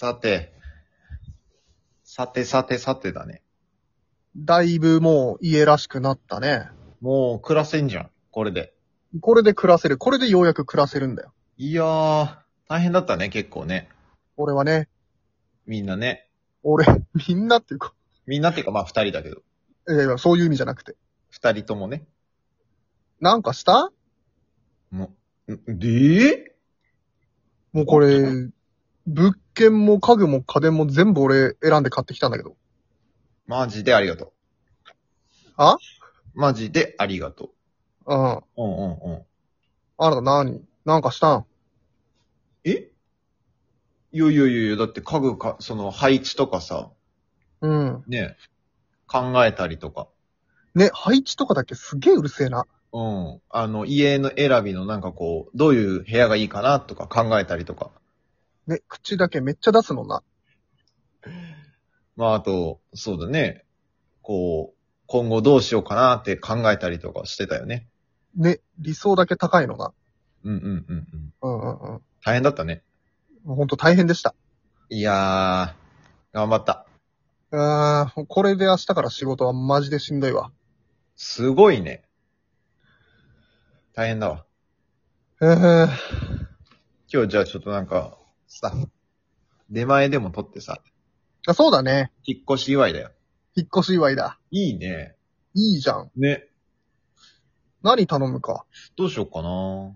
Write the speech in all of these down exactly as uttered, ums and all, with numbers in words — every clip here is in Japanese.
さて、さてさてさてだね。 だいぶもう家らしくなったね。 もう暮らせんじゃん、これで。 これで暮らせる。これでようやく暮らせるんだよ。 いやー、大変だったね、結構ね。 俺はね、 みんなね。 俺、みんなっていうか、 みんなっていうかまあ二人だけど。 いやいや、そういう意味じゃなくて。 二人ともね。 なんかしたもう、んでーもうこれ、物件も家具も家電も全部俺選んで買ってきたんだけど。 マジでありがとう。 あマジでありがとうん。 う。うんうんうん。 あなた何なんかしたんえいやいやいやいや、だって家具か、その配置とかさ、 うん。 ね、考えたりとか。 ね、配置とかだけすげえうるせえな。 うん。あの、家の選びのなんかこう、どういう部屋がいいかなとか考えたりとか。 ね、口だけめっちゃ出すのな。 まあ、あと、そうだね。こう、今後どうしようかなって考えたりとかしてたよね。 ね、理想だけ高いのな。 うんうんうんうん。 うんうんうん。 大変だったね。 もうほんと大変でした。 いやー、頑張った。 あー、これで明日から仕事はマジでしんどいわ。 すごいね。大変だわ。 えー、 今日じゃあちょっとなんか、さ、出前でも取ってさ、 あ、そうだね。 引っ越し祝いだよ。 引っ越し祝いだ。 いいね。 いいじゃん。 ね。 何頼むか。 どうしようかな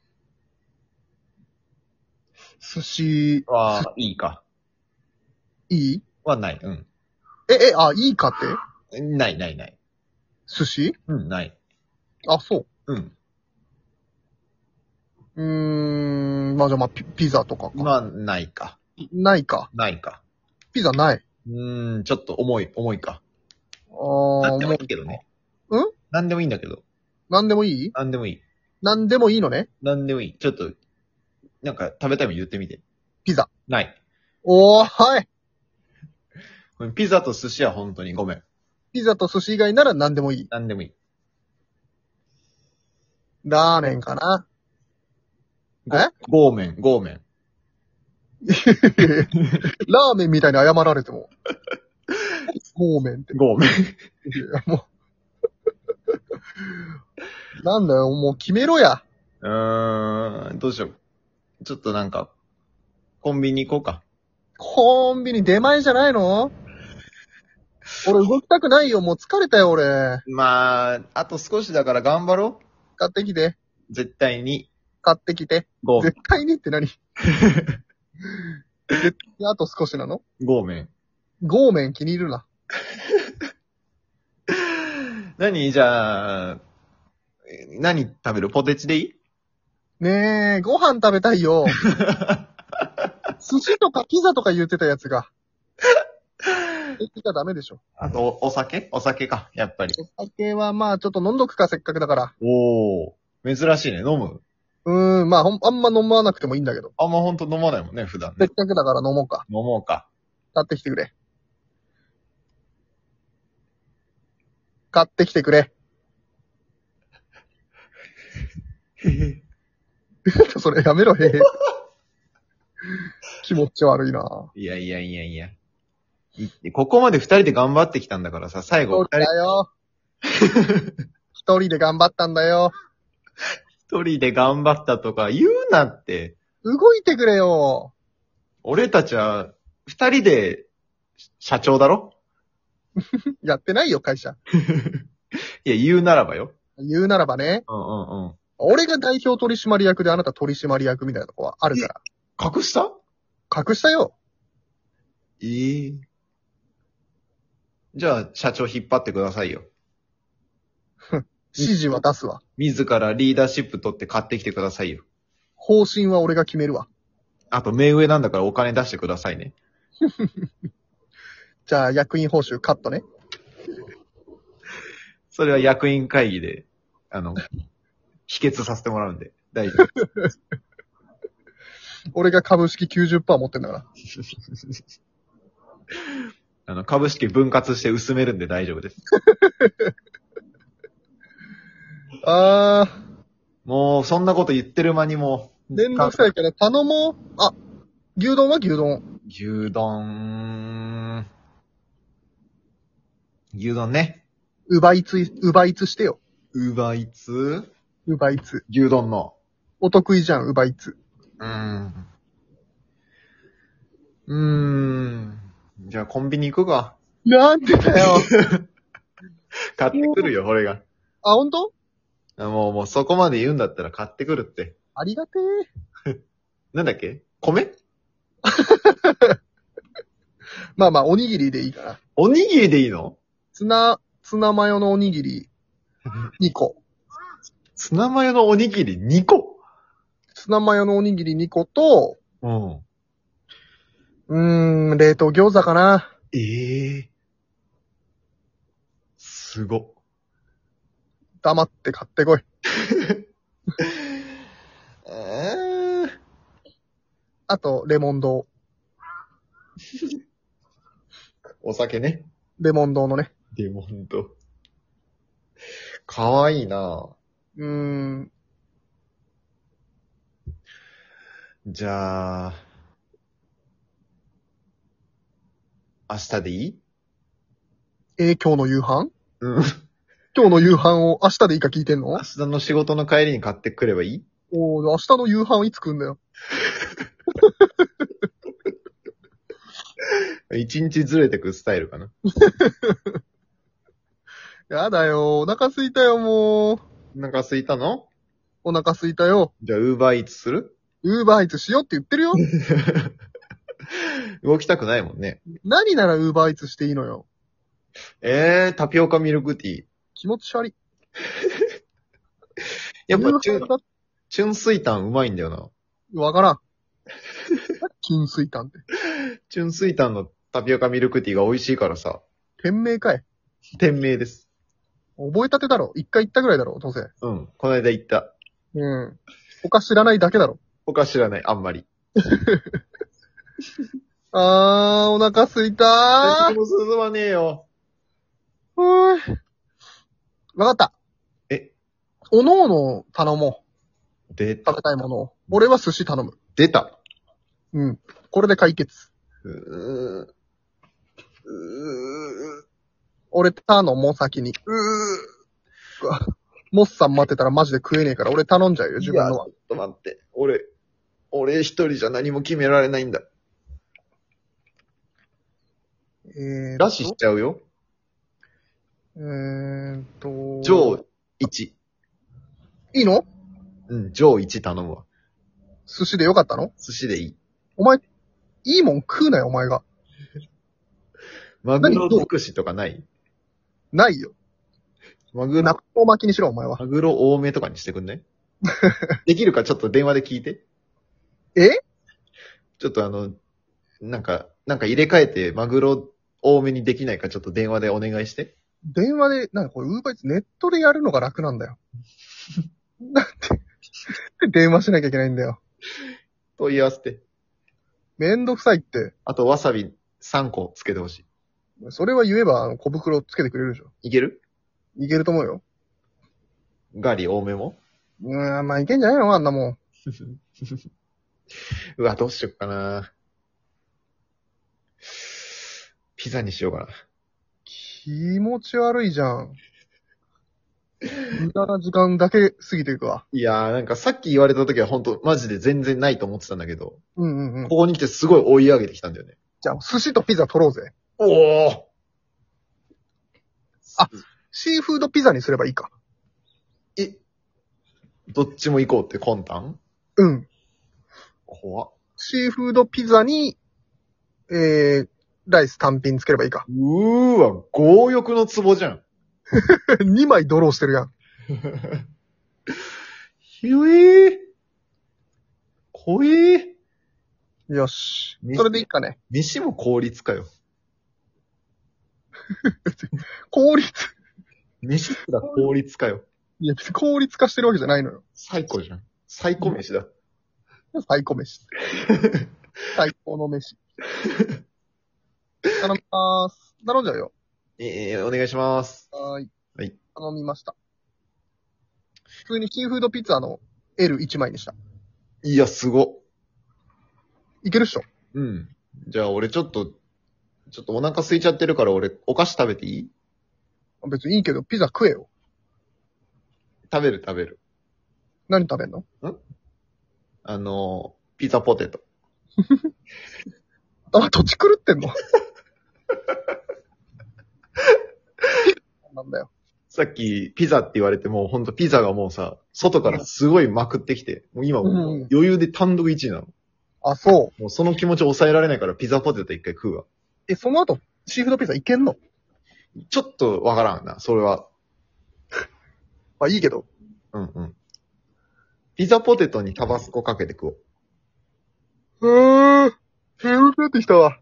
寿司、 は、いいか。 いいはない。うん。 え、え、あ、いいかってないないない。 寿司うん、ない。 あ、そうん。 う。うーん、まあじゃあまあピ、ピザとかか。 まあ、ないか。 ないか。 ないか。 ピザない。 うーん、ちょっと重い、重いか。 あー、 なんでももいいけどね。 う、んなんでもいいんだけど。 なんでもいいなんでもいい。 なんでもいいのね。 なんでもいい。ちょっと、なんか食べたいもん言ってみて。 ピザ。 ない。 おー、はい。 これピザと寿司は本当にごめん。 ピザと寿司以外ならなんでもいい。 なんでもいい。 ラーメンかな。 ごえゴーメン、ゴーメン。 ラーメンみたいに謝られても。ごーめんって。 ゴーメン。 いや、もう。なんだよ、もう決めろや。 うーん、どうしよう。ちょっとなんか、コンビニ行こうか。 コンビニ出前じゃないの俺動きたくないよ、もう疲れたよ、俺。 まあ、あと少しだから頑張ろ買ってきて。 う。絶対に。 買ってきて。 ゴー、 絶対にって何絶対にあと少しなのゴーメン。 ゴーメン気に入るな。 何じゃあ、何食べるポテチでいいねえ、ご飯食べたいよ。寿司とかピザとか言ってたやつが。え、ピザダメでしょ。 あと、おお酒お酒か、やっぱり。 お酒はまあちょっと飲んどくか、せっかくだから。 おー、珍しいね。飲むうーん、まあほん、あんま飲まなくてもいいんだけど。 あんまほんと飲まないもんね、普段ね。 せっかくだから飲もうか。 飲もうか。 買ってきてくれ。買ってきてくれ。 へへ。 それやめろ、へへ。気持ち悪いな。 いやいやいやいや。いここまで二人で頑張ってきたんだからさ、最後そう二人、 だよ。一人で頑張ったんだよ。 一人で頑張ったとか言うなって。 動いてくれよ。 俺たちは二人で社長だろやってないよ、会社。 いや、言うならばよ。 言うならばね。 うんうんうん。 俺が代表取締役であなた取締役みたいなとこはあるか隠したら。隠したよ。 ええじゃあ、社長引っ張ってくださいよ。 指示は出すわ。 自らリーダーシップ取って買ってきてくださいよ。 方針は俺が決めるわ。 あと、目上なんだからお金出してくださいね。 じゃあ、役員報酬カットね。 それは役員会議で、あの、否決させてもらうんで、大丈夫。 俺が株式 きゅうじゅっパーセント 持ってんだから。 あの、株式分割して薄めるんで大丈夫です。 あもう、そんなこと言ってる間にもう、 ー、めんどくさいから頼もう。あ、牛丼は牛丼。 牛丼、牛丼ね。 うばいつ、うばいつしてよ。 ウーバーイーツうばいつ。 牛丼の。 お得意じゃん、うばいつ。 うーん。うーん。じゃあコンビニ行くか。 なんでだよ。 買ってくるよ、俺が。 あ、ほんと？ あもう、もうそこまで言うんだったら買ってくるって。 ありがてえ。 なんだっけ米まあまあ、おにぎりでいいかな。 おにぎりでいいのツナ、ツナマヨのおにぎりにこ。 ツナマヨのおにぎりにこ。 ツナマヨのおにぎりにこと、 うん。 うーん、冷凍餃子かな。 ええすご。 黙って買ってこい。 えー、 あと、レモン堂。 お酒ね。 レモン堂のね。 でもほんと。かわいいなうーん、 じゃあ、明日でいいえー今日の夕飯うん。 今日の夕飯を明日でいいか聞いてんの明日の仕事の帰りに買ってくればいいおー、明日の夕飯いつ食うんだよ。 一日ずれてくスタイルかな。 やだよ、お腹すいたよ、もう。 お腹空いたのお腹すいたよ。 じゃあ、ウーバーイーツするウーバーイーツしようって言ってるよ。 動きたくないもんね。 何ならウーバーイーツしていいのよ。 えー、タピオカミルクティー。 気持ち悪い。 やっぱ、チュン、 夕飯だチュンスイタンうまいんだよな。 わからん。金水炭って。 チュンスイタンのタピオカミルクティーが美味しいからさ、 店名かい。 店名です。 覚えたてだろ。一回行ったぐらいだろ、どうせ。 うん。この間言った。 うん。他知らないだけだろ。 他知らない、あんまり。 あー、お腹すいたー。 何も進まねえよ。 うーん。わかった。 え、 おのおの頼もう。 出た食べ。たいものを。俺は寿司頼む。 出た。 うん。これで解決。 うーうー俺頼もう先に。うー。モッさん待ってたらマジで食えねえから俺頼んじゃうよ、自分のは。 いやちょっと待って。俺、俺一人じゃ何も決められないんだ。 えーラッシュしちゃうよ。 えーっと。 上いち。 いいの？ うん、上いち頼むわ。 寿司でよかったの？ 寿司でいい。 お前、いいもん食うなよ、お前が。 マグロ尽くしとかないないよ。 マグロ納、豆巻きにしろ、お前は。 マグロ多めとかにしてくんねできるかちょっと電話で聞いて。 え？ ちょっとあの、なんか、なんか入れ替えてマグロ多めにできないかちょっと電話でお願いして。 電話で、なんかこれ、ウーバーイーツネットでやるのが楽なんだよ。なんで、電話しなきゃいけないんだよ。 問い合わせて。 めんどくさいって。 あとわさびさんこつけてほしい。 それは言えば、あの小袋つけてくれるでしょ。 いけるいけると思うよ。 ガリ多めもうーん、まあいけんじゃないのあんなもん。 うわ、どうしよっかな。ピザにしようかな。 気持ち悪いじゃん。無駄な時間だけ過ぎていくわ。 いやーなんかさっき言われた時は本当マジで全然ないと思ってたんだけど、 うんうんうん。 ここに来てすごい追い上げてきたんだよね。 じゃあ、寿司とピザ取ろうぜ。 おーあシーフードピザにすればいいか。 え、どっちも行こうって魂胆うん。 怖っ。 シーフードピザに、えー、ライス単品つければいいか。 うーわ、強欲のツボじゃん。 にまいドローしてるやん。 ひゅえー。怖えー。 よし。 ねそれでいいかね。 飯も効率かよ。 効率。 飯すら効率かよ。 いや、別に効率化してるわけじゃないのよ。 最高じゃん。最高飯だ。 最高飯。最高の飯。頼みまーす。頼んじゃうよ。 ええー、お願いします。 はーい。 はい。 頼みました。普通にシーフードピザの エルいち 枚にした。 いや、すご。 いけるっしょ？ うん。 じゃあ俺ちょっと、ちょっとお腹空いちゃってるから俺お菓子食べていい？ 別にいいけど、ピザ食えよ。 食べる食べる。 何食べんの？ あの、ピザポテト。 あ、土地狂ってんの？なんだよ。 さっきピザって言われてもうほんとピザがもうさ、外からすごいまくってきて、もう今もううん余裕で単独いちいなの。 あ、そう。 もうその気持ち抑えられないからピザポテト一回食うわ。 え、その後、シーフードピザいけんの？ ちょっとわからんな、それは。 まあいいけど。 うんうん。ピザポテトにタバスコかけて食おう。 うーん。眠くなってきたわ。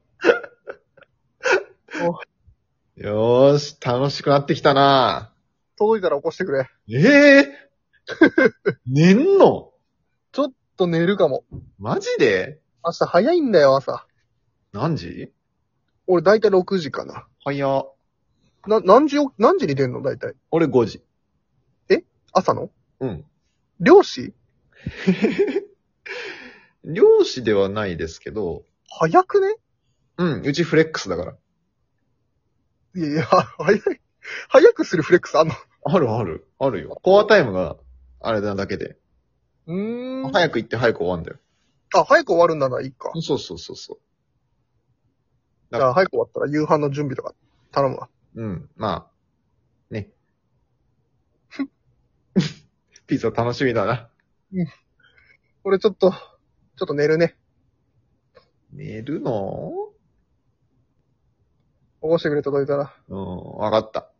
よーし、楽しくなってきたな。 届いたら起こしてくれ。 ええー、寝んの？ ちょっと寝るかも。 マジで？ 明日早いんだよ、朝。 何時？ 俺だいたいろくじかな。 早っ。 な、何時を、何時に出んのだいたい。 俺ごじ。 朝の？ うん。 漁師？ 漁師ではないですけど、 早くね？ うん、うちフレックスだから。 いやいや、早い。早くするフレックスあんの？ あるある。あるよ。コアタイムがあれなだけで。 うーん。 早く行って早く終わんだよ。 あ、早く終わるんならいいか。 そうそうそうそう。 じゃあ早く終わったら夕飯の準備とか頼むわ。 うん、まあ、ね。ピザ楽しみだな。 俺ちょっと、ちょっと寝るね。 寝るの？ 起こしてくれ、届いたら。 うん、わかった。